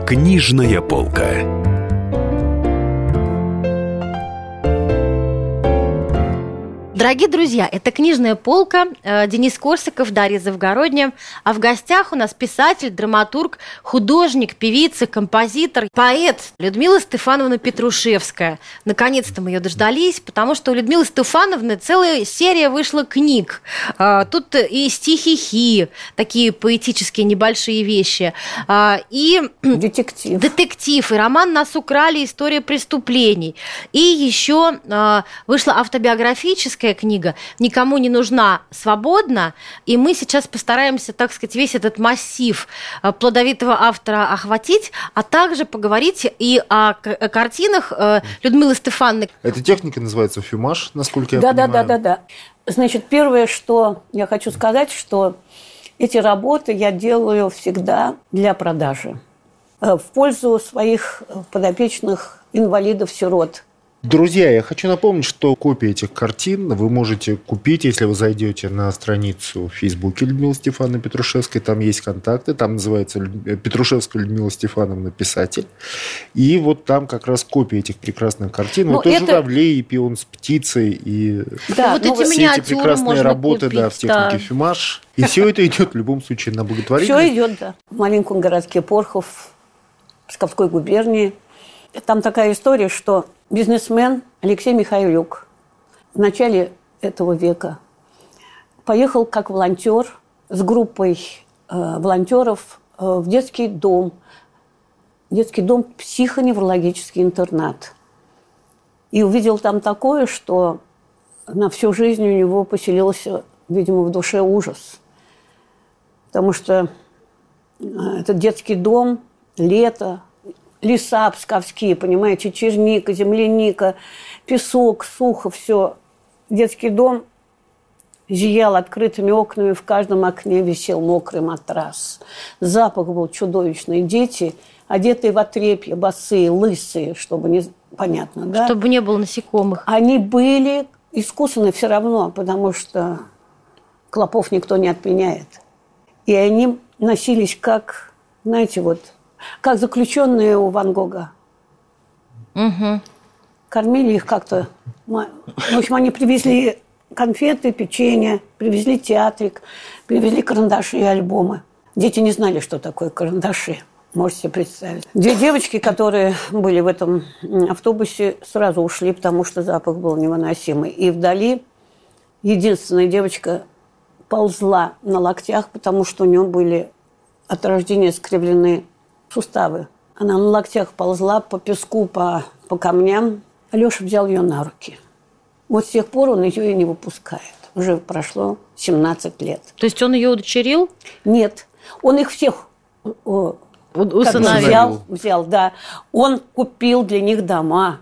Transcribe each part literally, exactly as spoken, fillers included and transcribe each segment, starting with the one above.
Книжная полка. Дорогие друзья, это «Книжная полка», Денис Корсаков, Дарья Завгородняя. А в гостях у нас писатель, драматург, художник, певица, композитор, поэт Людмила Стефановна Петрушевская. Наконец-то мы ее дождались, потому что у Людмилы Стефановны целая серия вышла книг. Тут и стихи, такие поэтические небольшие вещи, и детектив, детектив и роман «Нас украли. История преступлений». И еще вышла автобиографическая книга «Никому не нужна свободна», и мы сейчас постараемся, так сказать, весь этот массив плодовитого автора охватить, а также поговорить и о картинах Людмилы Стефановны. Эта техника называется фюмаж, насколько я да, понимаю. Да, да, да, да. Значит, первое, что я хочу сказать, что эти работы я делаю всегда для продажи, в пользу своих подопечных инвалидов-сирот. Друзья, я хочу напомнить, что копии этих картин вы можете купить, если вы зайдете на страницу в Фейсбуке Людмилы Стефановны Петрушевской. Там есть контакты, там называется Петрушевская Людмила Стефановна писатель. И вот там как раз копии этих прекрасных картин. Ну, вот и это... журавлей, и пион с птицей, и да, вот ну, эти все эти прекрасные работы купить, да, в технике да. фюмаж. И все это идет в любом случае на благотворительность. Все идет, да. В маленьком городке Порхов Псковской губернии. Там такая история, что бизнесмен Алексей Михайлюк в начале этого века поехал как волонтер с группой э, волонтеров э, в детский дом, детский дом психоневрологический интернат. И увидел там такое, что на всю жизнь у него поселился, видимо, в душе ужас. Потому что этот детский дом, лето, леса псковские, понимаете, черника, земляника, песок, сухо, все. Детский дом зиял открытыми окнами, в каждом окне висел мокрый матрас. Запах был чудовищный. Дети, одетые в отрепье, босые, лысые, чтобы не... Понятно, да? Чтобы не было насекомых. Они были искусаны все равно, потому что клопов никто не отменяет. И они носились как, знаете, вот... как заключенные у Ван Гога. Угу. Кормили их как-то. В общем, они привезли конфеты, печенье, привезли театрик, привезли карандаши и альбомы. Дети не знали, что такое карандаши. Можете себе представить. Две девочки, которые были в этом автобусе, сразу ушли, потому что запах был невыносимый. И вдали единственная девочка ползла на локтях, потому что у нее были от рождения скривленные суставы. Она на локтях ползла по песку, по, по камням. Алёша взял ее на руки. Вот с тех пор он ее и не выпускает. Уже прошло семнадцать лет. То есть он ее удочерил? Нет. Он их всех о, усыновил. Взял, взял, да. Он купил для них дома.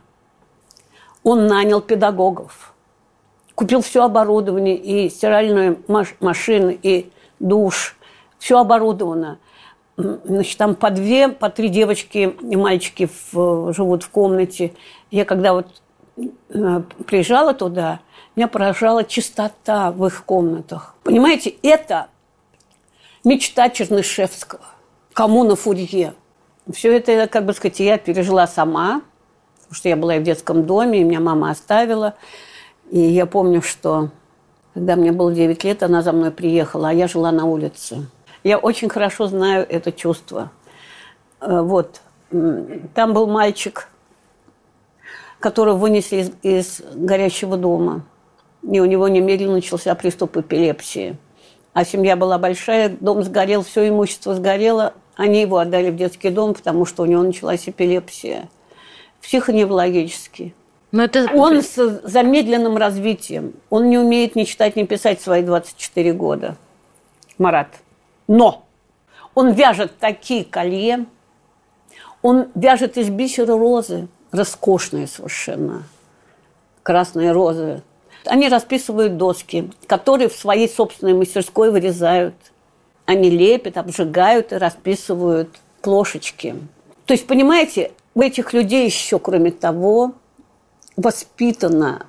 Он нанял педагогов. Купил все оборудование, и стиральную маш- машину, и душ. Все оборудовано. Значит, там по две, по три девочки и мальчики в, живут в комнате. Я когда вот э, приезжала туда, меня поражала чистота в их комнатах. Понимаете, это мечта Чернышевского, коммуна Фурье. Все это, как бы сказать, я пережила сама, потому что я была и в детском доме, и меня мама оставила. И я помню, что когда мне было девять лет, она за мной приехала, а я жила на улице. Я очень хорошо знаю это чувство. Вот. Там был мальчик, которого вынесли из, из горящего дома. И у него немедленно начался приступ эпилепсии. А семья была большая, дом сгорел, все имущество сгорело. Они его отдали в детский дом, потому что у него началась эпилепсия. Психоневрологический. Но это... Он с замедленным развитием. Он не умеет ни читать, ни писать в свои двадцать четыре года. Марат. Но он вяжет такие колье, он вяжет из бисера розы, роскошные совершенно, красные розы. Они расписывают доски, которые в своей собственной мастерской вырезают. Они лепят, обжигают и расписывают плошечки. То есть, понимаете, у этих людей еще, кроме того, воспитано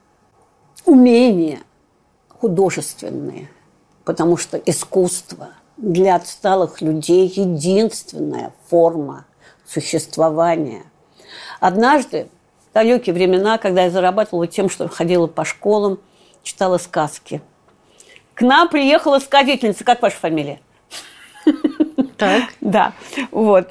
умение художественное, потому что искусство для отсталых людей единственная форма существования. Однажды, в далекие времена, когда я зарабатывала тем, что ходила по школам, читала сказки, к нам приехала сказительница. Как ваша фамилия? Так. Да, вот.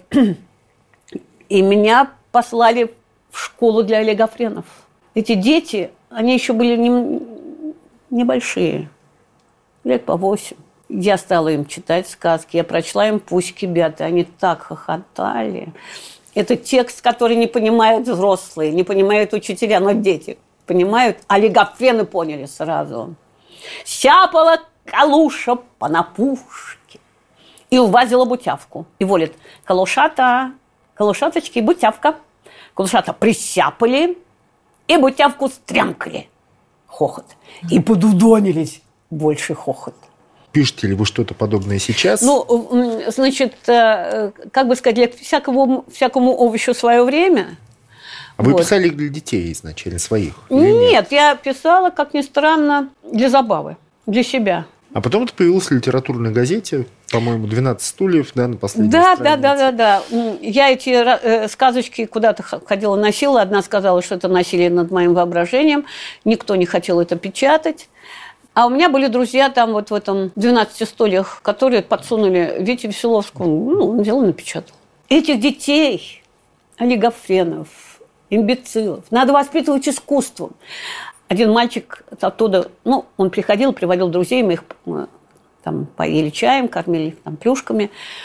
И меня послали в школу для олигофренов. Эти дети, они еще были не, небольшие, лет по восемь. Я стала им читать сказки, я прочла им «Пуськи-бяты». Они так хохотали. Это текст, который не понимают взрослые, не понимают учителя, но дети понимают. Олигофрены поняли сразу. «Сяпала калуша по напушке и увазила бутявку». И волит: «Калушата, калушаточки, бутявка». Калушата присяпали и бутявку стрямкали. Хохот. И подудонились. Больше хохот. Пишете ли вы что-то подобное сейчас? Ну, значит, как бы сказать, для всякого, всякому овощу свое время. А вы вот. Писали для детей изначально, своих? Нет, нет, я писала, как ни странно, для забавы, для себя. А потом это появилось в литературной газете, по-моему, «двенадцать стульев», да, на последней да, странице. Да, да, да, да. Я эти э, сказочки куда-то ходила, носила. Одна сказала, что это насилие над моим воображением. Никто не хотел это печатать. А у меня были друзья там вот в этом «двенадцати стульях», которые подсунули Вите Веселовскому. Ну, он взял и напечатал. Этих детей, олигофренов, имбецилов, надо воспитывать искусством. Один мальчик оттуда, ну, он приходил, приводил друзей, мы их там поели чаем, кормили их там плюшками.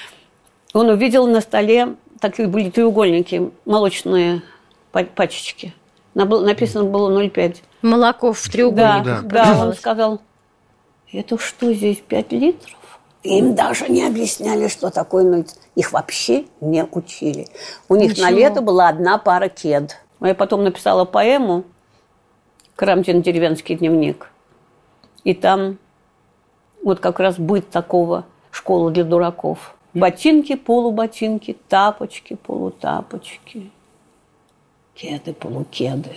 Он увидел на столе такие были треугольники, молочные пачечки. Написано было ноль пять. Молоко в треугольниках. Да, да, он сказал: это что, здесь пять литров? Им даже не объясняли, что такое ноль. Их вообще не учили. У них Ничего. На лето была одна пара кед. Я потом написала поэму «Карамзин. Деревенский дневник». И там вот как раз быт такого школы для дураков. Ботинки, полуботинки, тапочки, полутапочки, кеды, полукеды,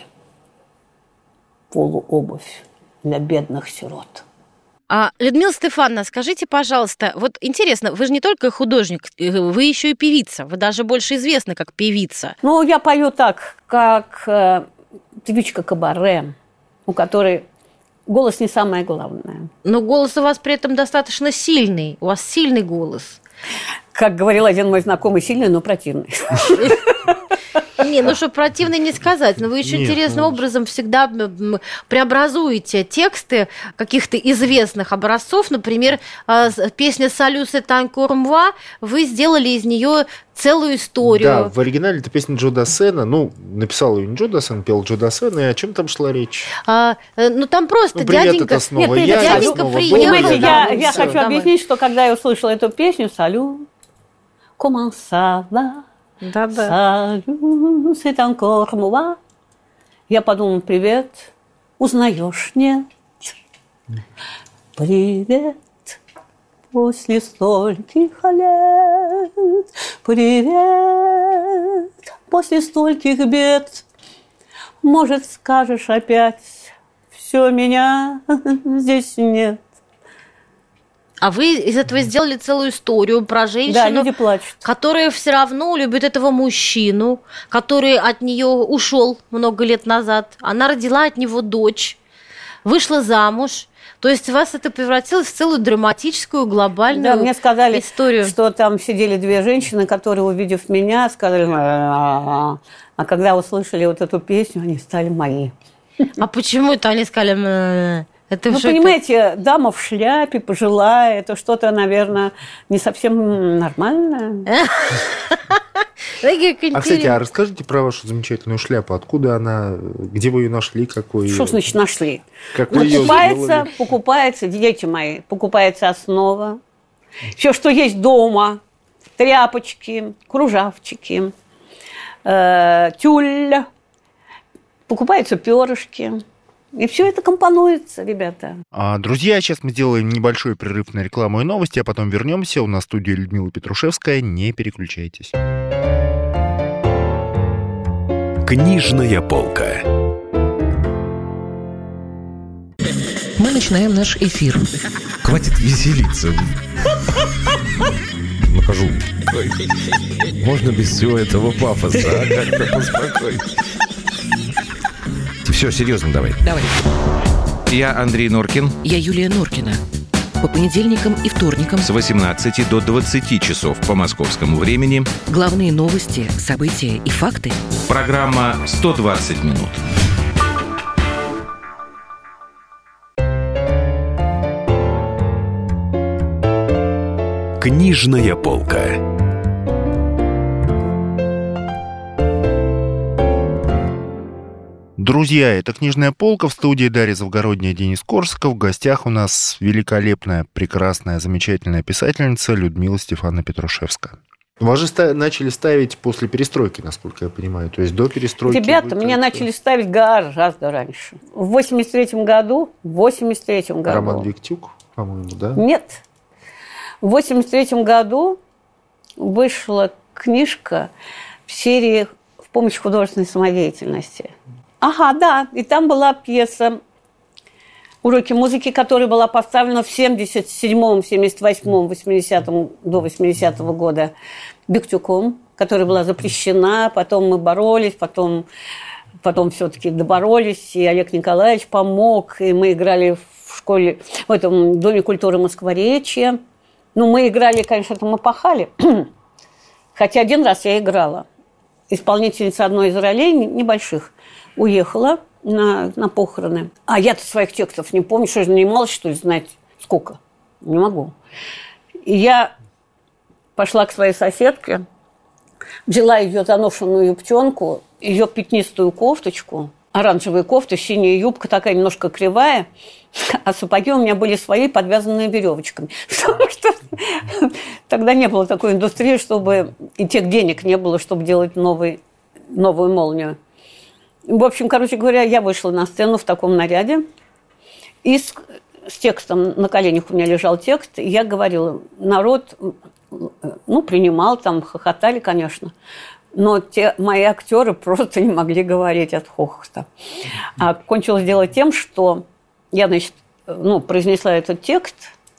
полуобувь для бедных сирот. А, Людмила Стефановна, скажите, пожалуйста, вот интересно, вы же не только художник, вы еще и певица, вы даже больше известны как певица. Ну, я пою так, как э, певичка кабаре, у которой голос не самое главное. Но голос у вас при этом достаточно сильный, у вас сильный голос. Как говорил один мой знакомый, сильный, но противный. Не, ну что, противно не сказать, но вы еще Нет, интересным ну... образом всегда преобразуете тексты каких-то известных образцов. Например, песня «Салю c'est encore moi», вы сделали из нее целую историю. Да, в оригинале это песня Джо Дассена. Ну, написал ее не Джо Дассен, пел Джо Дассен. И о чем там шла речь? А, ну, там просто ну, привет, дяденька... это снова Нет, я, дяденька приехал. Я, да, я хочу давай. объяснить, что когда я услышала эту песню «Салю, comment ça va?» Да-да. «Салю, c'est encore moi», я подумала: привет, узнаешь, нет? Привет, после стольких лет, привет, после стольких бед, может, скажешь опять: все, меня здесь нет. А вы из этого сделали целую историю про женщину, да, люди плачут, которая все равно любит этого мужчину, который от нее ушел много лет назад. Она родила от него дочь, вышла замуж. То есть у вас это превратилось в целую драматическую, глобальную да, мне сказали, историю. Что там сидели две женщины, которые, увидев меня, сказали: а, а когда услышали вот эту песню, они стали мои. А почему это они сказали? Это ну, понимаете, это... дама в шляпе, пожилая, это что-то, наверное, не совсем нормальное. А, кстати, а расскажите про вашу замечательную шляпу. Откуда она, где вы ее нашли? Какой Что ее... значит нашли? Какой покупается, ее покупается, дети мои, покупается основа. Все, что есть дома. Тряпочки, кружавчики, э, тюль. Покупаются перышки. И все это компонуется, ребята. А, друзья, сейчас мы сделаем небольшой перерыв на рекламу и новости, а потом вернемся. У нас в студии Людмила Петрушевская. Не переключайтесь. Книжная полка. Мы начинаем наш эфир. Хватит веселиться. скажу. Можно без всего этого пафоса, а? Как-то поспокойнее. Все, серьезно давай. Давай. Я Андрей Норкин. Я Юлия Норкина. По понедельникам и вторникам С восемнадцати до двадцати часов по московскому времени. главные новости, события и факты. Программа «сто двадцать минут». Книжная полка. Друзья, это «Книжная полка», в студии Дарья Завгородняя, Денис Корсаков. В гостях у нас великолепная, прекрасная, замечательная писательница Людмила Стефановна Петрушевская. Вас же ста- начали ставить после перестройки, насколько я понимаю. То есть до перестройки... Ребята, вы меня как-то- начали ставить гораздо раньше. В восемьдесят третьем году, в восемьдесят третьем году... Роман Виктюк, по-моему, да? Нет. В восемьдесят третьем году вышла книжка в серии «В помощь художественной самодеятельности». Ага, да, и там была пьеса «Уроки музыки», которая была поставлена в семьдесят седьмом, семьдесят восьмом, восьмидесятом, до восьмидесятого года Биктюком, которая была запрещена. Потом мы боролись, потом, потом все-таки доборолись, и Олег Николаевич помог, и мы играли в школе, в этом Доме культуры Москворечья. Ну, мы играли, конечно, это мы пахали, хотя один раз я играла. Исполнительница одной из ролей, небольших, уехала на, на похороны. А я-то своих текстов не помню, что же нанималась, что ли, знать сколько. Не могу. И я пошла к своей соседке, взяла ее заношенную юбчонку, ее пятнистую кофточку, оранжевая кофта, синяя юбка, такая немножко кривая, а сапоги у меня были свои, подвязанные веревочками. Потому что тогда не было такой индустрии, чтобы... И тех денег не было, чтобы делать новый, новую молнию. В общем, короче говоря, я вышла на сцену в таком наряде. И с, с текстом, на коленях у меня лежал текст. И я говорила, народ, ну, принимал, там, хохотали, конечно. Но те мои актеры просто не могли говорить от хохота. А кончилось дело тем, что я, значит, ну, произнесла этот текст,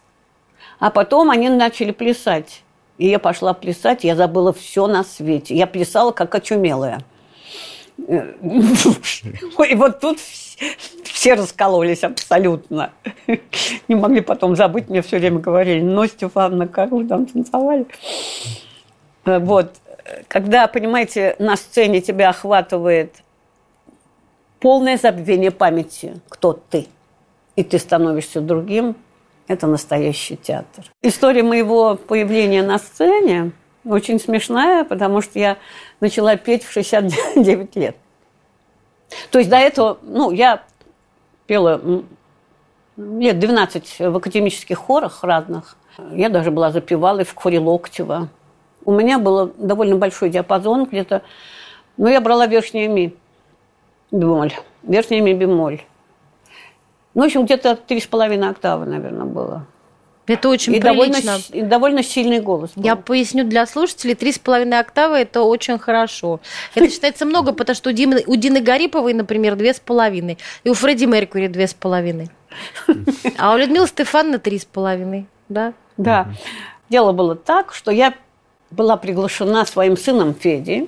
а потом они начали плясать. И я пошла плясать, я забыла все на свете. Я плясала, как очумелая. И вот тут все раскололись абсолютно. Не могли потом забыть, мне все время говорили: ну, Стефановна, как вы там танцевали? Вот. Когда, понимаете, на сцене тебя охватывает полное забвение памяти, кто ты, и ты становишься другим, это настоящий театр. История моего появления на сцене очень смешная, потому что я начала петь в шестьдесят девять лет. То есть до этого, ну, я пела лет двенадцать в академических хорах разных. Я даже была запевалой в хоре Локтева. У меня был довольно большой диапазон где-то, но я брала верхнее ми бемоль, верхнее ми бемоль. Ну, в общем, где-то три с половиной октавы, наверное, было. Это очень и прилично. Довольно, и довольно сильный голос был. Я поясню для слушателей, три с половиной октавы – это очень хорошо. Это считается много, потому что у Димы, у Дины Гариповой, например, две с половиной, и у Фредди Меркьюри две с половиной, а у Людмилы Стефановны три с половиной, да? Да. Дело было так, что я была приглашена своим сыном Федей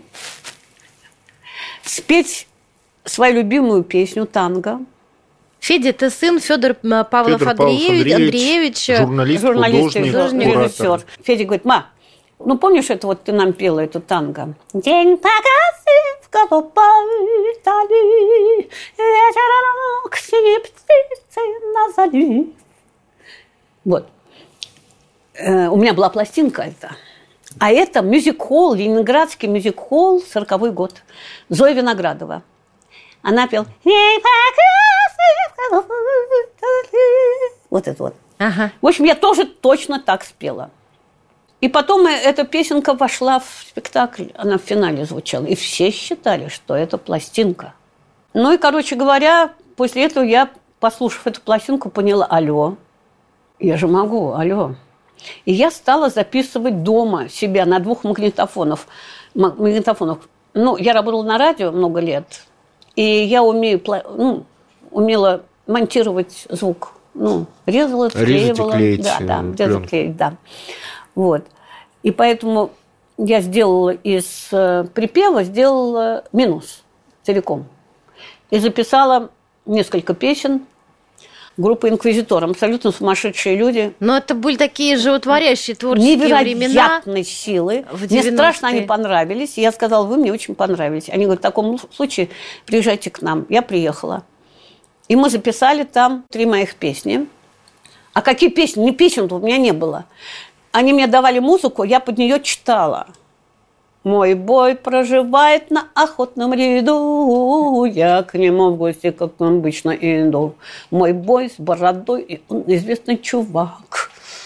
спеть свою любимую песню «Танго». Федя, это сын Федор Павлов Федор Павлов Андреевич, Андреевич, Андреевич, журналист, журналист, художник, художник, режиссер. Федя говорит: ма, ну помнишь, это вот ты нам пела эту танго? День погасит в голубой дали, вечерок синие птицы на залив. Вот. Э, у меня была пластинка эта. А это мюзик-холл, ленинградский мюзик-холл, сороковой год. Зоя Виноградова. Она пела: вот это вот. Ага. В общем, я тоже точно так спела. И потом эта песенка вошла в спектакль. Она в финале звучала. И все считали, что это пластинка. Ну и, короче говоря, после этого я, послушав эту пластинку, поняла: алло, я же могу, алло. И я стала записывать дома себя на двух магнитофонах. магнитофонах. Ну, я работала на радио много лет. И я умею, ну, умела монтировать звук. Ну, резала, склеивала. Резать и клеить да, да, резать, клеить, да. Вот. И поэтому я сделала из припева, сделала минус целиком. И записала несколько песен группы «Инквизитор». Абсолютно сумасшедшие люди. Но это были такие животворящие творческие времена. Невероятной силы. Мне страшно они понравились. И я сказала, вы мне очень понравились. Они говорят, в таком случае приезжайте к нам. Я приехала. И мы записали там три моих песни. А какие песни? Ни песен-то у меня не было. Они мне давали музыку, я под нее читала. Мой бой проживает на охотном ряду, я к нему в гости, как обычно, иду. Мой бой с бородой, и он известный чувак.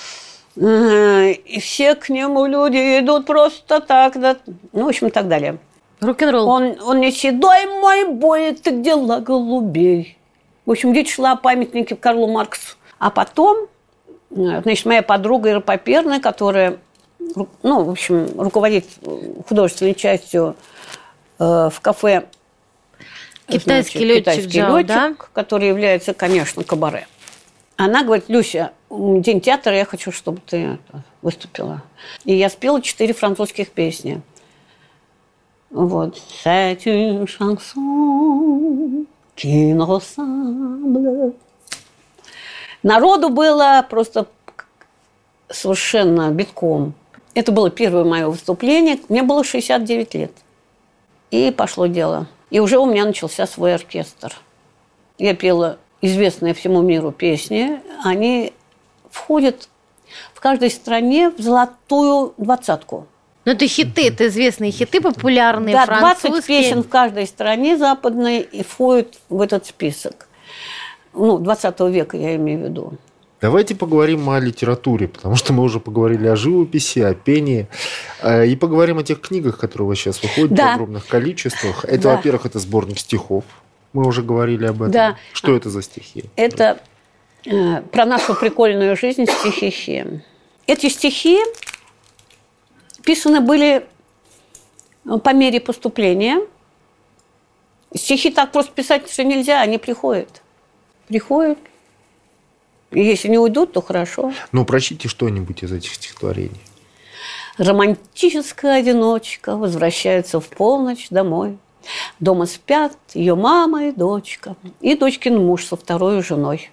И все к нему люди идут просто так, да. Ну, в общем, и так далее. Рок-н-ролл. Он, он не седой, мой бой, это дела голубей. В общем, речь шла о памятнике Карлу Марксу. А потом, значит, моя подруга Ира Поперная, которая, ну, в общем, руководит художественной частью э, в кафе «Китайский значит, летчик», «Китайский Джао, летчик», да? который является, конечно, кабаре. Она говорит, Люся, день театра, я хочу, чтобы ты выступила. И я спела четыре французских песни. Вот. C'est une chanson qui ne ressemble. Народу было просто совершенно битком. Это было первое мое выступление. Мне было шестьдесят девять лет. И пошло дело. И уже у меня начался свой оркестр. Я пела известные всему миру песни. Они входят в каждой стране в золотую двадцатку. Ну, это хиты, это известные хиты, популярные, да, французские. двадцать песен в каждой стране западной и входят в этот список. Ну, двадцатого века я имею в виду. Давайте поговорим о литературе, потому что мы уже поговорили о живописи, о пении. И поговорим о тех книгах, которые у вас сейчас выходят да. в огромных количествах. Это, да. во-первых, это сборник стихов. Мы уже говорили об этом. Да. Что а, это за стихи? Это э, про нашу прикольную жизнь стихи. Эти стихи писаны были по мере поступления. Стихи так просто писать что нельзя, они приходят. Приходят. И если не уйдут, то хорошо. Ну, прочтите что-нибудь из этих стихотворений. Романтическая одиночка возвращается в полночь домой. Дома спят ее мама и дочка. И дочкин муж со второй женой.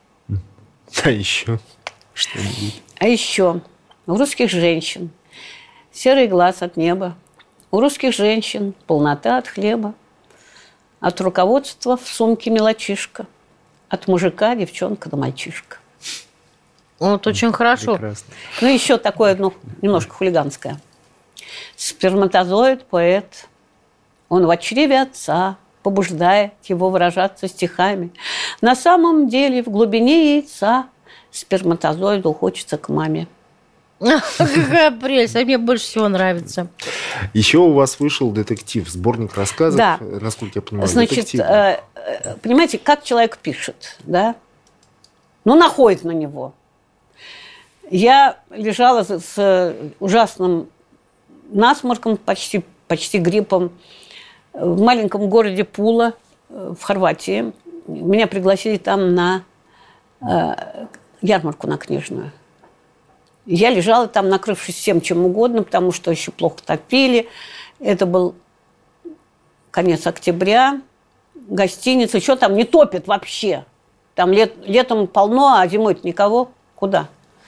А еще что-нибудь? А еще у русских женщин серый глаз от неба. У русских женщин полнота от хлеба. От руководства в сумке мелочишка. От мужика девчонка до мальчишка. Вот очень хорошо. Прекрасно. Ну, еще такое, ну, немножко хулиганское. Сперматозоид поэт. Он в чреве отца побуждает его выражаться стихами. На самом деле в глубине яйца сперматозоиду хочется к маме. Какая прелесть, а мне больше всего нравится. Еще у вас вышел детектив, сборник рассказов, да. насколько я понимаю, Значит, э, понимаете, как человек пишет, да? Ну, находит на него. Я лежала с, с ужасным насморком, почти, почти гриппом, в маленьком городе Пула в Хорватии. Меня пригласили там на э, ярмарку на книжную. Я лежала там, накрывшись всем чем угодно, потому что еще плохо топили. Это был конец октября. Гостиница, что там не топит вообще. Там лет, летом полно, а зимой-то никого. Куда?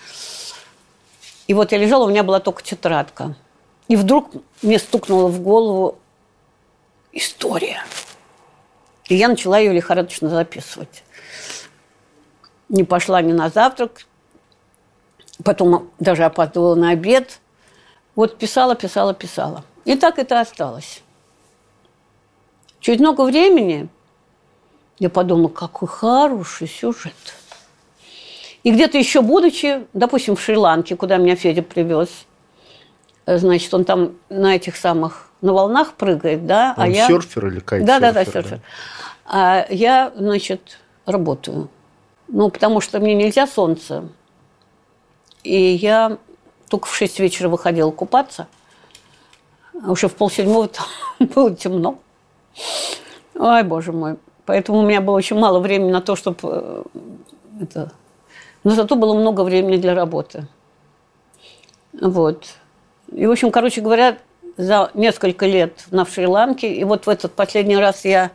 И вот я лежала, у меня была только тетрадка. И вдруг мне стукнуло в голову история. И я начала ее лихорадочно записывать. Не пошла ни на завтрак, потом даже опаздывала на обед. Вот писала, писала, писала. И так это осталось. Через много времени я подумала, какой хороший сюжет. И где-то еще будучи, допустим, в Шри-Ланке, куда меня Федя привез, значит, он там на этих самых, на волнах прыгает, да? Он а я... серфер или кайтсерфер? Да, да, да, серфер. Да. А я, значит, работаю. Ну, потому что мне нельзя солнце. И я только в шесть вечера выходила купаться. А уже в полседьмого там было темно. Ой, боже мой. Поэтому у меня было очень мало времени на то, чтобы... Это... Но зато было много времени для работы. Вот. И, в общем, короче говоря, за несколько лет на Шри-Ланке, и вот в этот последний раз я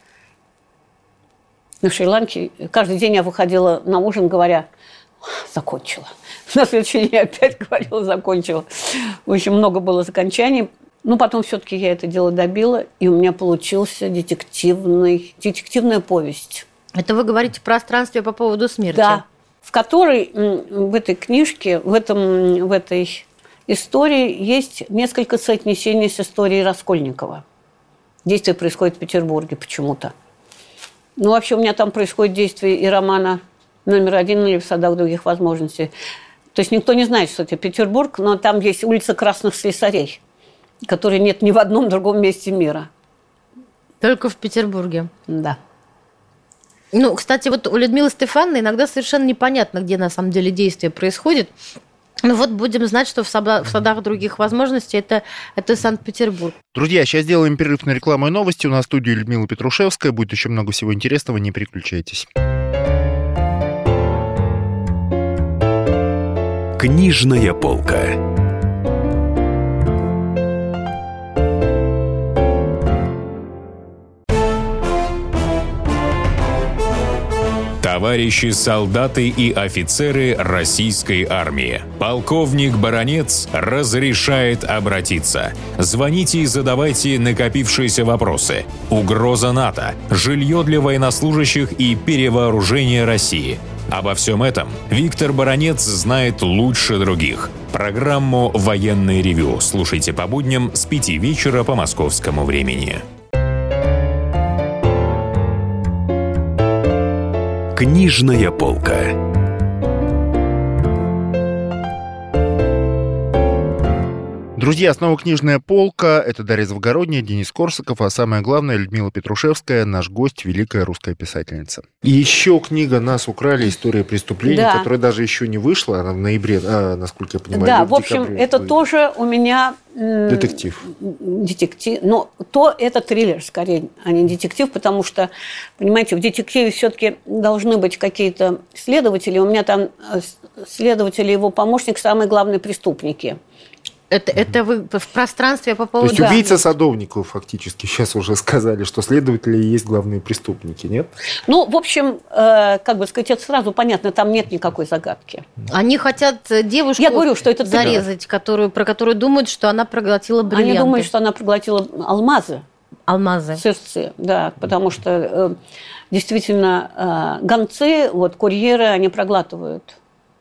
на Шри-Ланке, каждый день я выходила на ужин, говоря, закончила. На следующий день я опять говорила, закончила. В общем, много было закончаний. Ну, потом все-таки я это дело добила, и у меня получился детективный, детективная повесть. Это вы говорите про «Странствие по поводу смерти»? Да, в которой в этой книжке, в, этом, в этой истории есть несколько соотнесений с историей Раскольникова. Действие происходит в Петербурге почему-то. Ну, вообще, у меня там происходит действие и романа номер один или «В садах других возможностей». То есть никто не знает, что это Петербург, но там есть улица Красных Слесарей, которой нет ни в одном другом месте мира. Только в Петербурге. Да. Ну, кстати, вот у Людмилы Стефановны иногда совершенно непонятно, где на самом деле действие происходит. Ну вот будем знать, что в садах других возможностей это, это Санкт-Петербург. Друзья, сейчас сделаем перерыв на рекламу и новости. У нас в студии Людмила Петрушевская. Будет еще много всего интересного. Не переключайтесь. Книжная полка. Товарищи солдаты и офицеры российской армии. Полковник Баранец разрешает обратиться. Звоните и задавайте накопившиеся вопросы. Угроза НАТО, жилье для военнослужащих и перевооружение России. Обо всем этом Виктор Баранец знает лучше других. Программу «Военное ревю» слушайте по будням с пяти вечера по московскому времени. Книжная полка. Друзья, снова «Книжная полка». Это Дарья Завгородняя, Денис Корсаков, а самое главное, Людмила Петрушевская, наш гость, великая русская писательница. И еще книга «Нас украли. История преступлений», да, которая даже еще не вышла, она в ноябре, а, насколько я понимаю. Да, в, в общем, это будет. Тоже у меня... Детектив. Детектив. Но то это триллер, скорее, а не детектив, потому что, понимаете, в детективе все-таки должны быть какие-то следователи. У меня там следователи, его помощник, самые главные преступники. Это, это вы в пространстве по поводу... То есть убийца Садовников, фактически, сейчас уже сказали, что следователи и есть главные преступники, нет? Ну, в общем, э, как бы сказать, это сразу понятно, там нет никакой загадки. Они хотят девушку Я говорю, что это зарезать, которую, про которую думают, что она проглотила бриллианты. Они думают, что она проглотила алмазы. Алмазы. Сырцы, да, потому что э, действительно э, гонцы, вот, курьеры, они проглатывают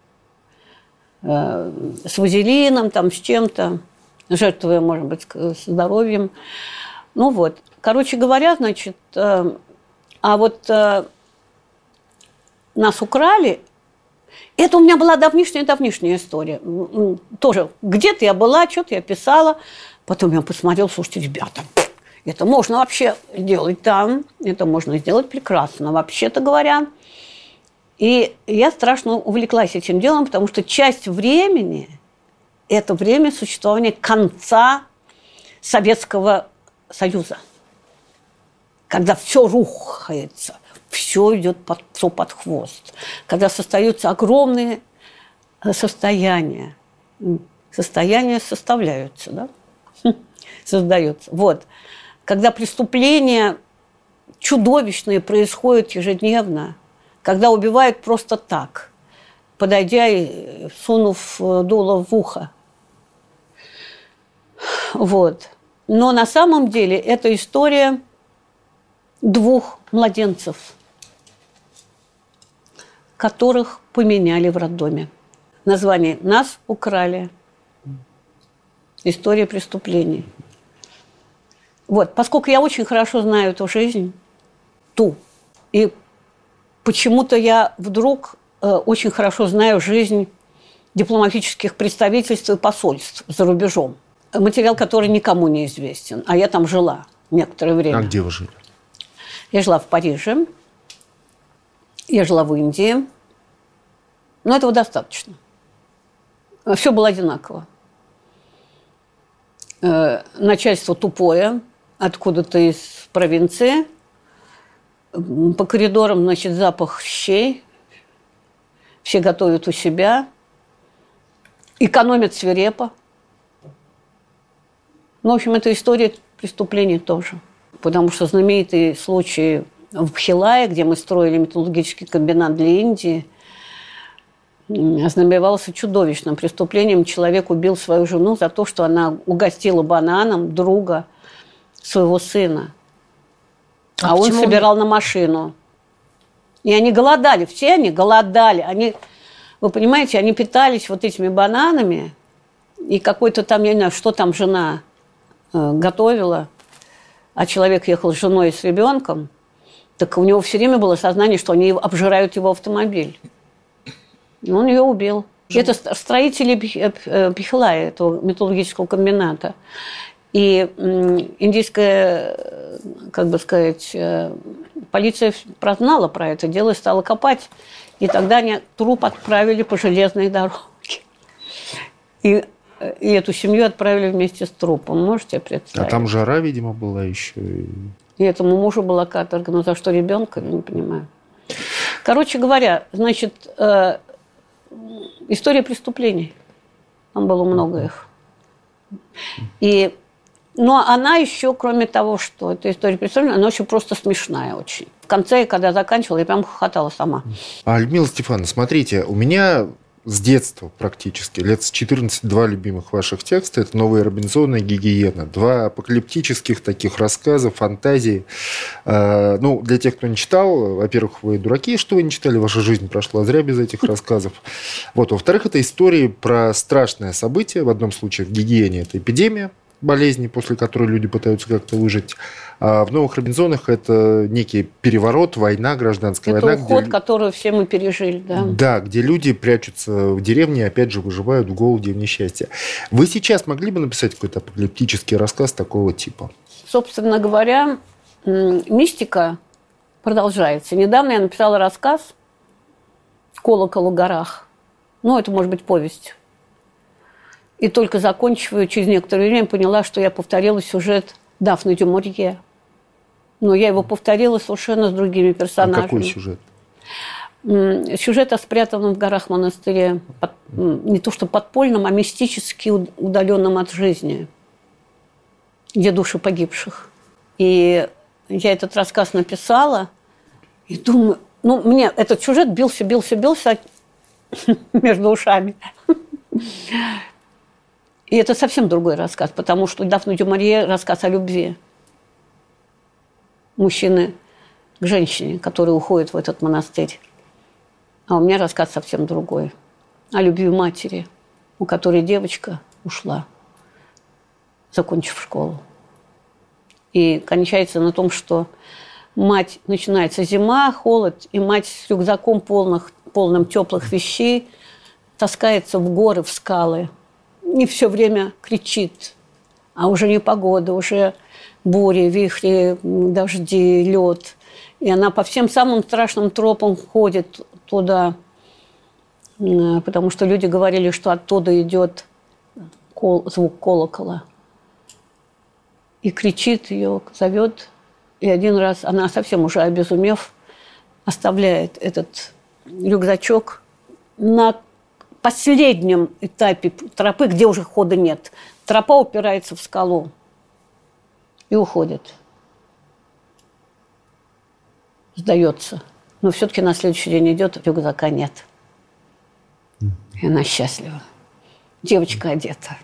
с вазелином, там, с чем-то, жертвуя, может быть, здоровьем. Ну вот. Короче говоря, значит, э, а вот э, нас украли. Это у меня была давнишняя-давнишняя история. Тоже где-то я была, что-то я писала. Потом я посмотрела, слушайте, ребята, это можно вообще делать там, это можно сделать прекрасно, вообще-то говоря. И я страшно увлеклась этим делом, потому что часть времени – это время существования конца Советского Союза. Когда все рухается, все идет под, все под хвост. Когда создаются огромные состояния. Состояния составляются, да? Создаются. Вот. Когда преступления чудовищные происходят ежедневно, когда убивают просто так, подойдя и сунув дуло в ухо. Вот. Но на самом деле это история двух младенцев, которых поменяли в роддоме. Название «Нас украли». История преступлений. Вот. Поскольку я очень хорошо знаю эту жизнь, ту, и почему-то я вдруг э, очень хорошо знаю жизнь дипломатических представительств и посольств за рубежом. Материал, который никому не известен. А я там жила некоторое время. А где вы жили? Я жила в Париже. Я жила в Индии. Но этого достаточно. Все было одинаково. Э, начальство тупое, откуда-то из провинции. По коридорам, значит, запах щей. Все готовят у себя. Экономят свирепо. Ну, в общем, это история преступлений тоже. Потому что знаменитый случай в Бхилае, где мы строили металлургический комбинат для Индии, ознаменовался чудовищным преступлением. Человек убил свою жену за то, что она угостила бананом друга своего сына. А, а он собирал на машину. И они голодали, все они голодали. Они, вы понимаете, они питались вот этими бананами, и какой-то там, я не знаю, что там жена э, готовила, а человек ехал с женой и с ребенком, так у него все время было сознание, что они обжирают его автомобиль. И он ее убил. И это строители Бхилая, этого металлургического комбината. И индийская, как бы сказать, полиция прознала про это дело и стала копать. И тогда они труп отправили по железной дороге. И, и эту семью отправили вместе с трупом. Можете представить? А там жара, видимо, была еще. И этому мужу была каторга. Но за что ребенка, я не понимаю. Короче говоря, значит, э, история преступлений. Там было много их. И, но она еще, кроме того, что это история преступления, она еще просто смешная очень. В конце, когда я заканчивала, я прям хохотала сама. А, Людмила Стефановна, смотрите, у меня с детства практически, лет с четырнадцати, два любимых ваших текста. Это «Новые Робинзоны» и «Гигиена». Два апокалиптических таких рассказа, фантазии. Э, ну, для тех, кто не читал, во-первых, вы дураки, что вы не читали, ваша жизнь прошла зря без этих рассказов. Вот. Во-вторых, это истории про страшное событие. В одном случае в «Гигиене» это эпидемия болезни, после которой люди пытаются как-то выжить. А в «Новых Робинзонах» это некий переворот, война, гражданская это война. Это уход, где... который все мы пережили, да. Да, где люди прячутся в деревне и, опять же, выживают в голоде и в несчастье. Вы сейчас могли бы написать какой-то апокалиптический рассказ такого типа? Собственно говоря, мистика продолжается. Недавно я написала рассказ «Колокол в горах». Ну, это может быть повесть. И только заканчивая, через некоторое время поняла, что я повторила сюжет Дафны дю Морье. Но я его повторила совершенно с другими персонажами. А какой сюжет? Сюжет о спрятанном в горах монастыре, под, не то что подпольном, а мистически удаленном от жизни, где души погибших. И я этот рассказ написала, и думаю, ну, мне этот сюжет бился, бился, бился между ушами. И это совсем другой рассказ, потому что Дафна дю Морье – рассказ о любви мужчины к женщине, который уходит в этот монастырь. А у меня рассказ совсем другой. О любви матери, у которой девочка ушла, закончив школу. И кончается на том, что мать, начинается зима, холод, и мать с рюкзаком полных, полным теплых вещей таскается в горы, в скалы. И все время кричит. А уже не погода, уже бури, вихри, дожди, лед. И она по всем самым страшным тропам ходит туда, потому что люди говорили, что оттуда идет кол, звук колокола. И кричит ее, зовет. И один раз она, совсем уже обезумев, оставляет этот рюкзачок на последнем этапе тропы, где уже хода нет. Тропа упирается в скалу и уходит. Сдается. Но все-таки на следующий день идет, рюкзака нет. И она счастлива. Девочка одета.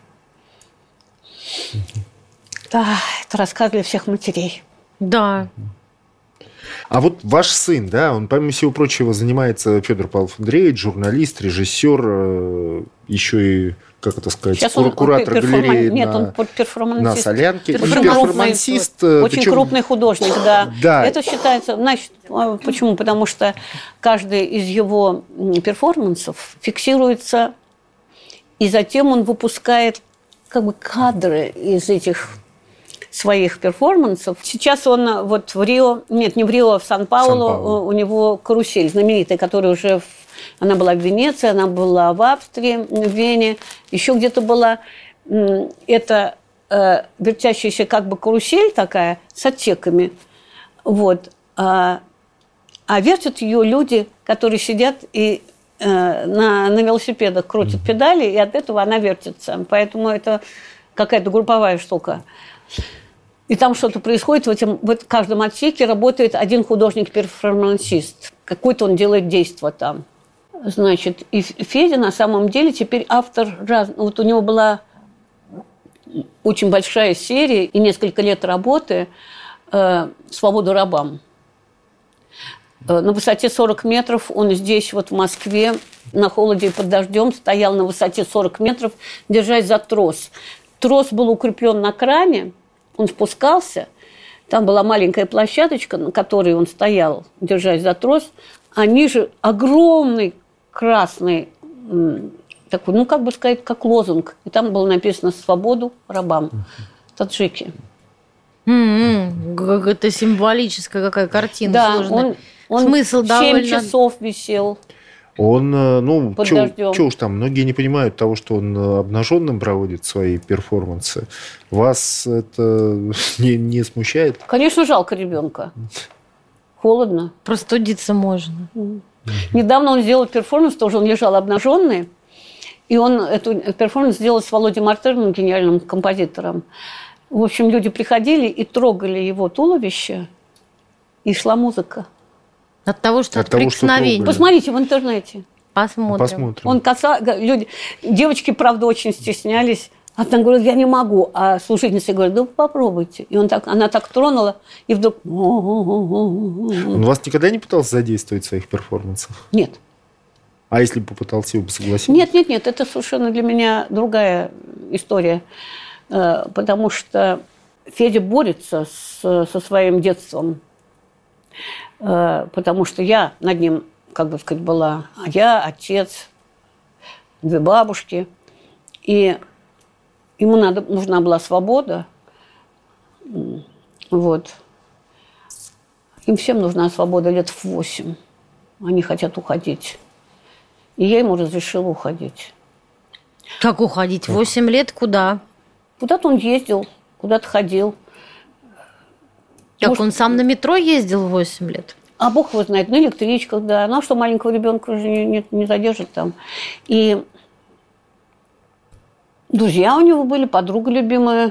Да, это рассказ для всех матерей. Да. А вот ваш сын, да, он, помимо всего прочего, занимается, Федор Павлов Андреевич, журналист, режиссер, еще и, как это сказать, он, куратор он перформан... галереи Нет, на, он перформансист. на Солянке. Перформансист. Перформансист. Очень причем... крупный художник, да. да. Это считается... Значит, почему? Потому что каждый из его перформансов фиксируется, и затем он выпускает как бы кадры из этих своих перформансов. Сейчас он вот в Рио, нет, не в Рио, а в Сан-Паулу, Сан-Паулу. У него карусель знаменитая, которая уже... В, она была в Венеции, она была в Австрии, в Вене, еще где-то была. Это э, вертящаяся как бы карусель такая с отсеками. Вот. А, а вертят ее люди, которые сидят и э, на, на велосипедах крутят педали, и от этого она вертится. Поэтому это... какая-то групповая штука. И там что-то происходит, в, этом, в каждом отсеке работает один художник-перформансист. Какой-то он делает действо там. Значит, и Федя на самом деле теперь автор раз... Вот у него была очень большая серия и несколько лет работы э, «Свободу рабам». Э, на высоте сорок метров он здесь, вот в Москве, на холоде и под дождем стоял на высоте сорок метров, держась за трос. Трос был укреплен на кране, он спускался, там была маленькая площадочка, на которой он стоял, держась за трос, а ниже огромный красный, такой, ну, как бы сказать, как лозунг. И там было написано «Свободу рабам». Таджики. Mm-hmm. Это символическая какая картина да, сложная. Он, он Смысл семь довольно... часов висел. Он, ну, что уж там, многие не понимают того, что он обнаженным проводит свои перформансы. Вас это не, не смущает? Конечно, жалко ребенка. Холодно. Простудиться можно. Mm. Недавно он сделал перформанс, тоже он лежал обнаженный, и он эту перформанс сделал с Володей Мартерным, гениальным композитором. В общем, люди приходили и трогали его туловище, и шла музыка. От того, что от, от прикосновения. Посмотрите в интернете. Посмотрим. Посмотрим. Он каса... люди... Девочки, правда, очень стеснялись. Одна говорит, я не могу. А служительница говорит, да попробуйте. И он так... она так тронула, и вдруг... Он вас никогда не пытался задействовать в своих перформансах? Нет. А если бы попытался, вы бы согласились? Нет, нет, нет. Это совершенно для меня другая история. Потому что Федя борется с... со своим детством. Потому что я над ним, как бы сказать, была... А я, отец, две бабушки. И... Ему надо, нужна была свобода. Вот. Им всем нужна свобода лет в восемь. Они хотят уходить. И я ему разрешила уходить. Как уходить? Восемь лет куда? Куда-то он ездил, куда-то ходил. Как Может, он сам на метро ездил в восемь лет? А бог его знает, на электричках, да. Ну, а что маленького ребенка уже не, не, не задержит там. И... Друзья у него были, подруга любимая.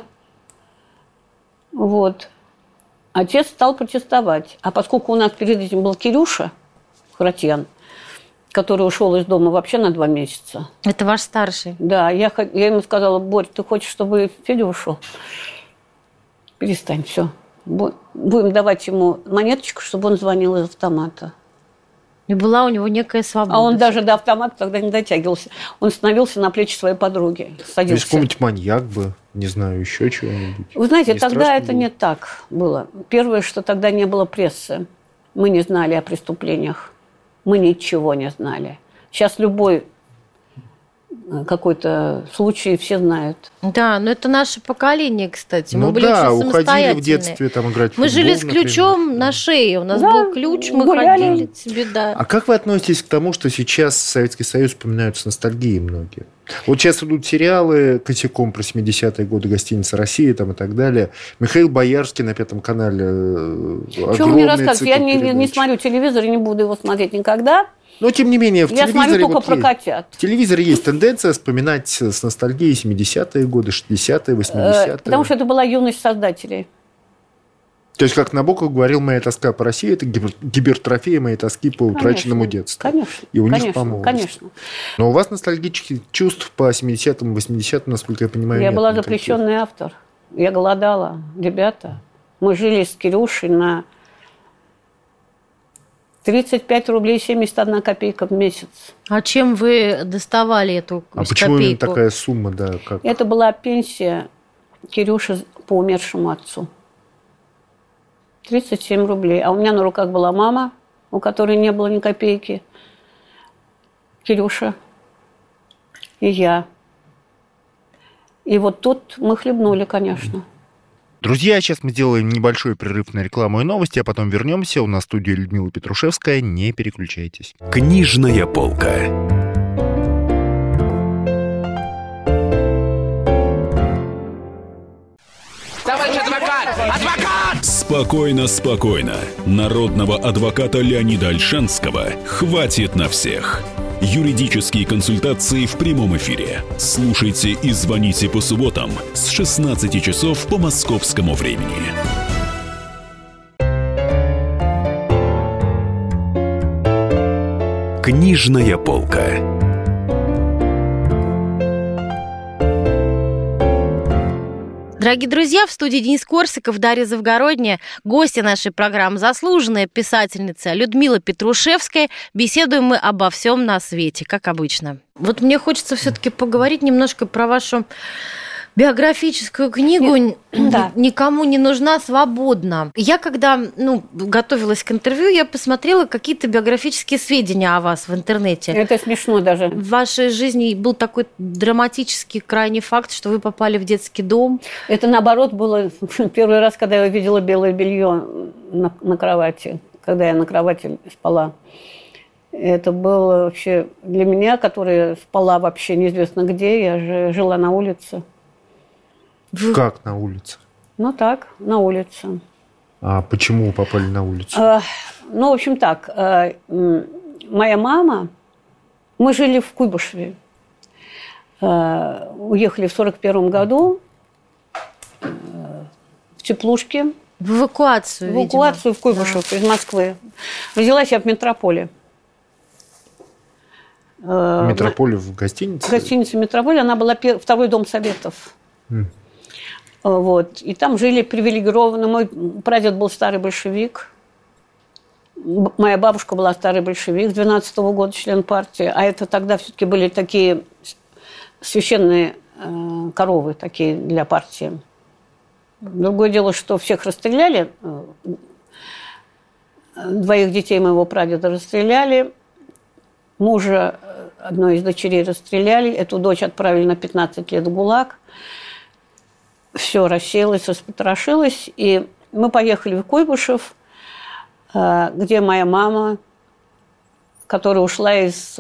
Вот. Отец стал протестовать. А поскольку у нас перед этим был Кирюша Харатьян, который ушел из дома вообще на два месяца. Это ваш старший? Да, я, я ему сказала, Борь, ты хочешь, чтобы Федя ушел? Перестань, все. Будем давать ему монеточку, чтобы он звонил из автомата. И была у него некая свобода. А он даже до автомата тогда не дотягивался. Он становился на плечи своей подруги. Садился. То есть какой-нибудь маньяк бы, не знаю, еще чего-нибудь. Вы знаете, не тогда это было? не так было. Первое, что тогда не было прессы. Мы не знали о преступлениях. Мы ничего не знали. Сейчас любой какой-то случай все знают. Да, но это наше поколение, кстати. Мы ну были да, очень уходили в детстве там играть в футбол. Мы жили с ключом например. на шее. У нас да, был ключ, мы гуляли. ходили себе, да. А как вы относитесь к тому, что сейчас Советский Союз вспоминают с ностальгией многие? Вот сейчас идут сериалы косяком про семидесятые годы, «Гостиница Россия» там и так далее. Михаил Боярский на Пятом канале. Чего вы мне рассказываете? Я не, не, не смотрю телевизор и не буду его смотреть никогда. Но, тем не менее, в Я телевизоре... смотрю только вот про есть, котят. в телевизоре есть тенденция вспоминать с ностальгией семидесятые годы, шестидесятые, восьмидесятые. Потому что это была юность создателей. То есть, как Набоков говорил, моя тоска по России – это гипертрофия моей тоски по утраченному Конечно, детству. Конечно. И у конечно, них по молодости. Конечно. Но у вас ностальгических чувств по семидесятым, восьмидесятым, насколько я понимаю, Я нет была никаких. запрещенный автор. Я голодала. Ребята, мы жили с Кирюшей на тридцать пять рублей семьдесят одна копейка в месяц. А чем вы доставали эту А копейку? почему именно такая сумма, да? Как? Это была пенсия Кирюши по умершему отцу. тридцать семь рублей. А у меня на руках была мама, у которой не было ни копейки. Кирюша и я. И вот тут мы хлебнули, конечно. Друзья, сейчас мы сделаем небольшой перерыв на рекламу и новости, а потом вернемся. У нас в студии Людмила Петрушевская. Не переключайтесь. Книжная полка. Товарищ адвокат! Адвокат! Спокойно, спокойно. Народного адвоката Леонида Ольшанского хватит на всех. Юридические консультации в прямом эфире. Слушайте и звоните по субботам с шестнадцати часов по московскому времени. Книжная полка. Дорогие друзья, в студии Денис Корсаков, Дарья Завгородняя, гостья нашей программы, заслуженная писательница Людмила Петрушевская. Беседуем мы обо всем на свете, как обычно. Вот мне хочется все-таки поговорить немножко про вашу биографическую книгу Да. «Никому не нужна, свободна». Я когда ну, готовилась к интервью, я посмотрела какие-то биографические сведения о вас в интернете. Это смешно даже. В вашей жизни был такой драматический крайний факт, что вы попали в детский дом. Это, наоборот, было первый раз, когда я увидела белое белье на, на кровати, когда я на кровати спала. Это было вообще для меня, которая спала вообще неизвестно где, я же жила на улице. Как на улице? Ну так, на улице. А почему вы попали на улицу? Э, ну, в общем так, э, моя мама, мы жили в Куйбышеве, э, уехали в сорок первом году э, в теплушке. В эвакуацию, В эвакуацию видимо. в Куйбышев, да. Из Москвы. Родилась я в метрополе. Метрополе в гостинице? Гостиница «Метрополь», она была пер... второй дом советов. Mm. Вот. И там жили привилегированно. Мой прадед был старый большевик. Моя бабушка была старый большевик с двенадцатого года, член партии. А это тогда все-таки были такие священные э, коровы такие для партии. Другое дело, что всех расстреляли. Двоих детей моего прадеда расстреляли. Мужа одной из дочерей расстреляли. Эту дочь отправили на пятнадцать лет в ГУЛАГ. Все рассеялось, распотрошилось. И мы поехали в Куйбышев, где моя мама, которая ушла из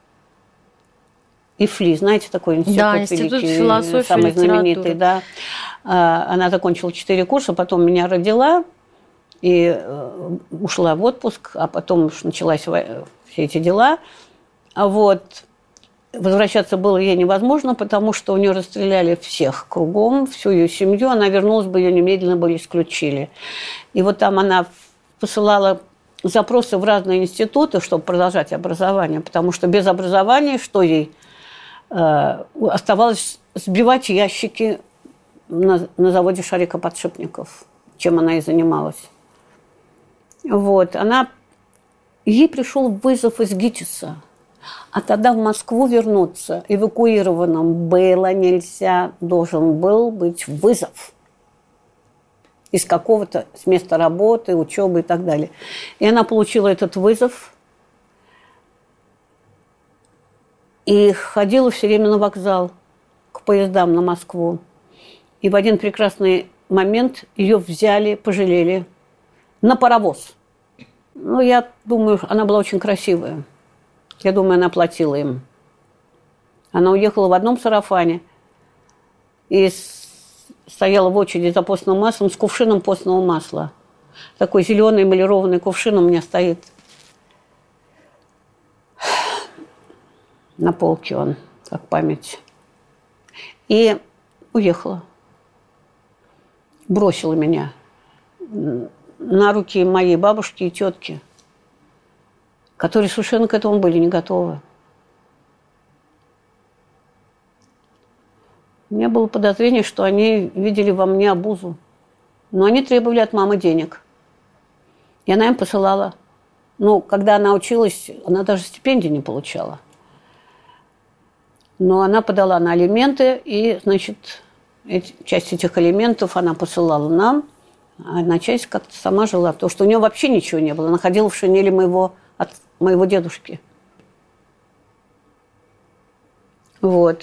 ИФЛИ, знаете, такой институт, да, институт великий, философии, самый знаменитый, литературы. да. Она закончила четыре курса, потом меня родила и ушла в отпуск, а потом уж началась все эти дела. А вот возвращаться было ей невозможно, потому что у нее расстреляли всех кругом, всю ее семью. Она вернулась бы, ее немедленно бы исключили. И вот там она посылала запросы в разные институты, чтобы продолжать образование, потому что без образования что ей э, оставалось сбивать ящики на, на заводе шарикоподшипников, чем она и занималась. Вот. Она... Ей пришел вызов из ГИТИСа. А тогда в Москву вернуться эвакуированным было нельзя. Должен был быть вызов из какого-то, с места работы, учебы и так далее. И она получила этот вызов и ходила все время на вокзал к поездам на Москву. И в один прекрасный момент ее взяли, пожалели на паровоз. Ну, я думаю, она была очень красивая. Я думаю, она платила им. Она уехала в одном сарафане и стояла в очереди за постным маслом с кувшином постного масла. Такой зеленый эмалированный кувшин у меня стоит на полке он, как память. И уехала. Бросила меня на руки моей бабушки и тетки, которые совершенно к этому были не готовы. У меня было подозрение, что они видели во мне обузу. Но они требовали от мамы денег. И она им посылала. Ну, когда она училась, она даже стипендию не получала. Но она подала на алименты, и, значит, эти, часть этих алиментов она посылала нам, а одна часть как-то сама жила. Потому что у нее вообще ничего не было. Она ходила в шинели моего, от моего дедушки. Вот.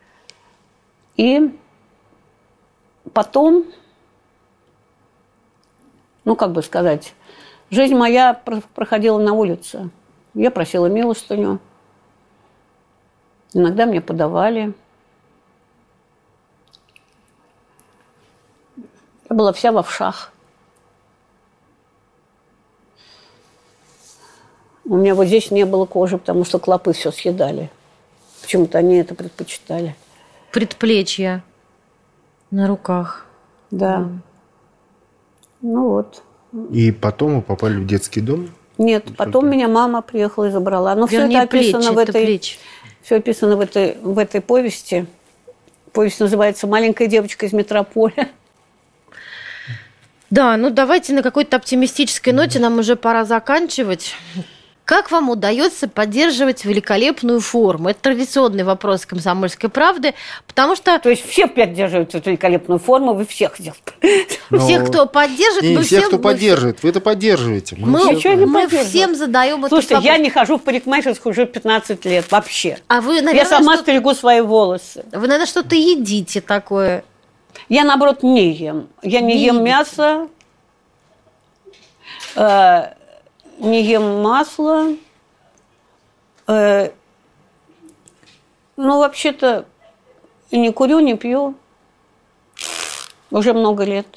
И потом, ну, как бы сказать, жизнь моя проходила на улице. Я просила милостыню. Иногда мне подавали. Я была вся во вшах. У меня вот здесь не было кожи, потому что клопы все съедали. Почему-то они это предпочитали. Предплечья на руках. Да. да. Ну вот. И потом вы попали в детский дом? Нет, потом это? меня мама приехала и забрала. Но все это описано плечи, в этой... Плечи. Все описано в этой, в этой повести. Повесть называется «Маленькая девочка из метрополя». Да, ну давайте на какой-то оптимистической ноте, нам уже пора заканчивать. Как вам удается поддерживать великолепную форму? Это традиционный вопрос «Комсомольской правды», потому что... То есть все поддерживают эту великолепную форму, вы всех здесь... Но... Всех, кто поддержит, не, мы всех, всем... кто поддерживает, вы это поддерживаете. Мы, мы, все... мы всем задаем этот Слушайте, вопрос. я не хожу в парикмахерскую уже пятнадцать лет вообще. А вы, наверное, я сама что... стригу свои волосы. Вы, наверное, что-то едите такое. Я, наоборот, не ем. Я не, не ем едите. мясо, э, не ем масло. Э, ну, вообще-то, не курю, не пью. Уже много лет.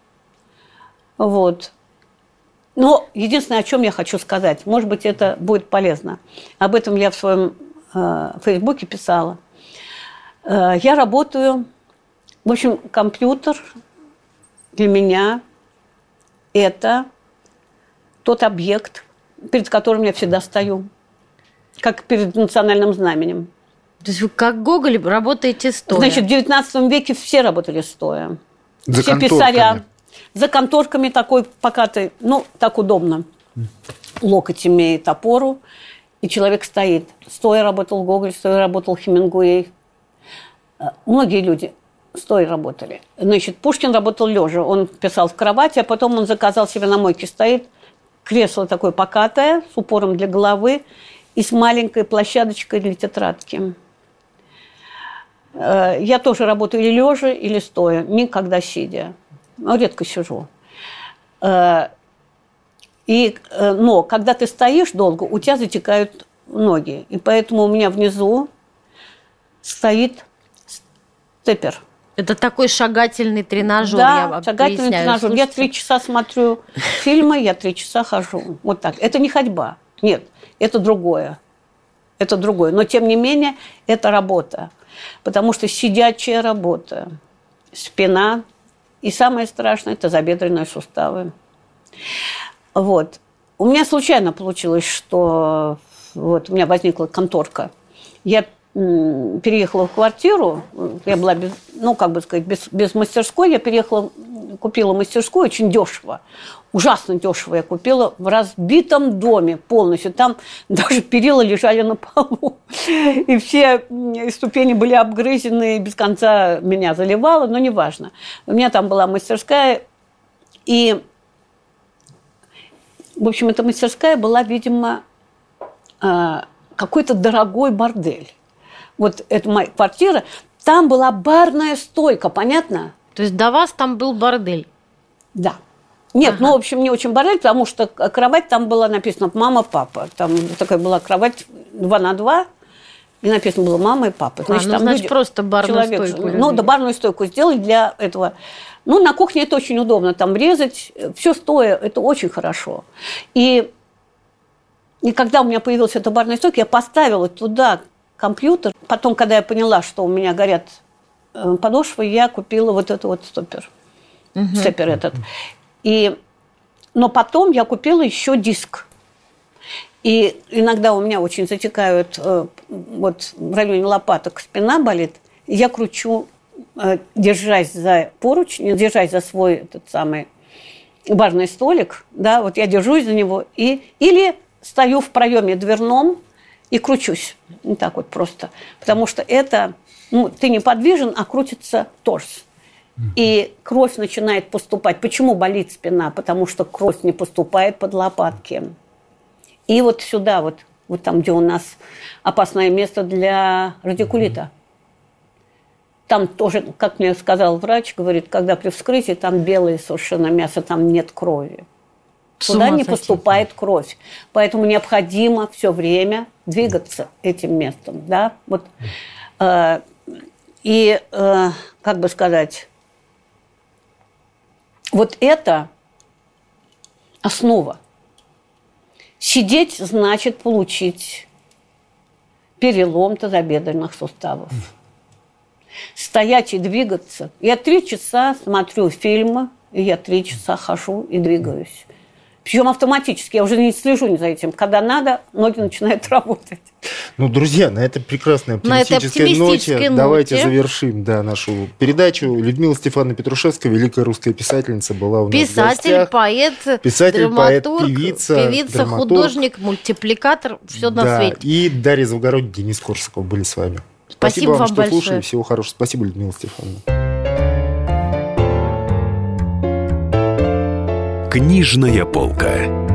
Вот. Но единственное, о чем я хочу сказать, может быть, это будет полезно. Об этом я в своем э, Фейсбуке писала. Э, я работаю... В общем, компьютер для меня – это тот объект, перед которым я всегда стою, как перед национальным знаменем. То есть вы как Гоголь работаете стоя? Значит, в девятнадцатом веке все работали стоя. За все конторками. писаря. За конторками такой покатый, ну, так удобно. Локоть имеет опору, и человек стоит. Стоя работал Гоголь, стоя работал Хемингуэй. Многие люди стоя работали. Значит, Пушкин работал лежа. Он писал в кровати, а потом он заказал себе на мойке. Стоит кресло такое покатое, с упором для головы и с маленькой площадочкой для тетрадки. Я тоже работаю или лежа, или стоя, никогда сидя. Редко сижу. И, но когда ты стоишь долго, у тебя затекают ноги. И поэтому у меня внизу стоит степер. Это такой шагательный тренажер. Да, я шагательный тренажер. Слушайте. Я три часа смотрю фильмы, я три часа хожу. Вот так. Это не ходьба. Нет, это другое. Это другое. Но, тем не менее, это работа. Потому что сидячая работа, спина. И самое страшное – это тазобедренные суставы. Вот. У меня случайно получилось, что вот, у меня возникла конторка. Я переехала в квартиру, я была, без, ну, как бы сказать, без, без мастерской, я переехала, купила мастерскую очень дешево, ужасно дешево я купила в разбитом доме полностью, там даже перила лежали на полу, и все ступени были обгрызены, и без конца меня заливало, но неважно. У меня там была мастерская, и, в общем, эта мастерская была, видимо, какой-то дорогой бордель. Вот это моя квартира, там была барная стойка, понятно? То есть до вас там был бордель? Да. Нет, ага. ну, в общем, не очень бордель, потому что кровать там была написана «мама, папа». Там такая была кровать два на два, и написано было «мама и папа». Значит, а, ну, там значит люди, просто барную человек, стойку. Ну, да, барную стойку сделали для этого. Ну, на кухне это очень удобно, там резать, все стоя, это очень хорошо. И, и когда у меня появилась эта барная стойка, я поставила туда компьютер. Потом, когда я поняла, что у меня горят подошвы, я купила вот этот вот стопер. Угу. Стопер этот. И, но потом я купила еще диск. И иногда у меня очень затекают, вот в районе лопаток спина болит. Я кручу, держась за поручень, держась за свой этот самый барный столик. Да, вот я держусь за него. И, или стою в проеме дверном, и кручусь. Не так вот просто. Потому что это... Ну, ты неподвижен, а крутится торс. И кровь начинает поступать. Почему болит спина? Потому что кровь не поступает под лопатки. И вот сюда, вот, вот там, где у нас опасное место для радикулита. Там тоже, как мне сказал врач, говорит, когда при вскрытии, там белое совершенно мясо, там нет крови. Туда не поступает кровь. Поэтому необходимо все время двигаться этим местом. Да? Вот, э, и, э, как бы сказать, вот это основа. Сидеть значит получить перелом тазобедренных суставов. Стоять и двигаться. Я три часа смотрю фильмы, и я три часа хожу и двигаюсь. Причем автоматически, я уже не слежу ни за этим. Когда надо, ноги начинают работать. Ну, друзья, на этой прекрасной оптимистической, оптимистической ноте, ноте давайте завершим да, нашу передачу. Людмила Стефановна Петрушевская, великая русская писательница, была у нас Писатель, в гостях. поэт, Писатель, драматург, поэт, певица, певица драматург. художник, мультипликатор, все да, на свете. И Дарья Завгородняя, Денис Корсаков были с вами. Спасибо, Спасибо вам, вам что большое. слушали. Всего хорошего. Спасибо, Людмила Стефановна. Книжная полка.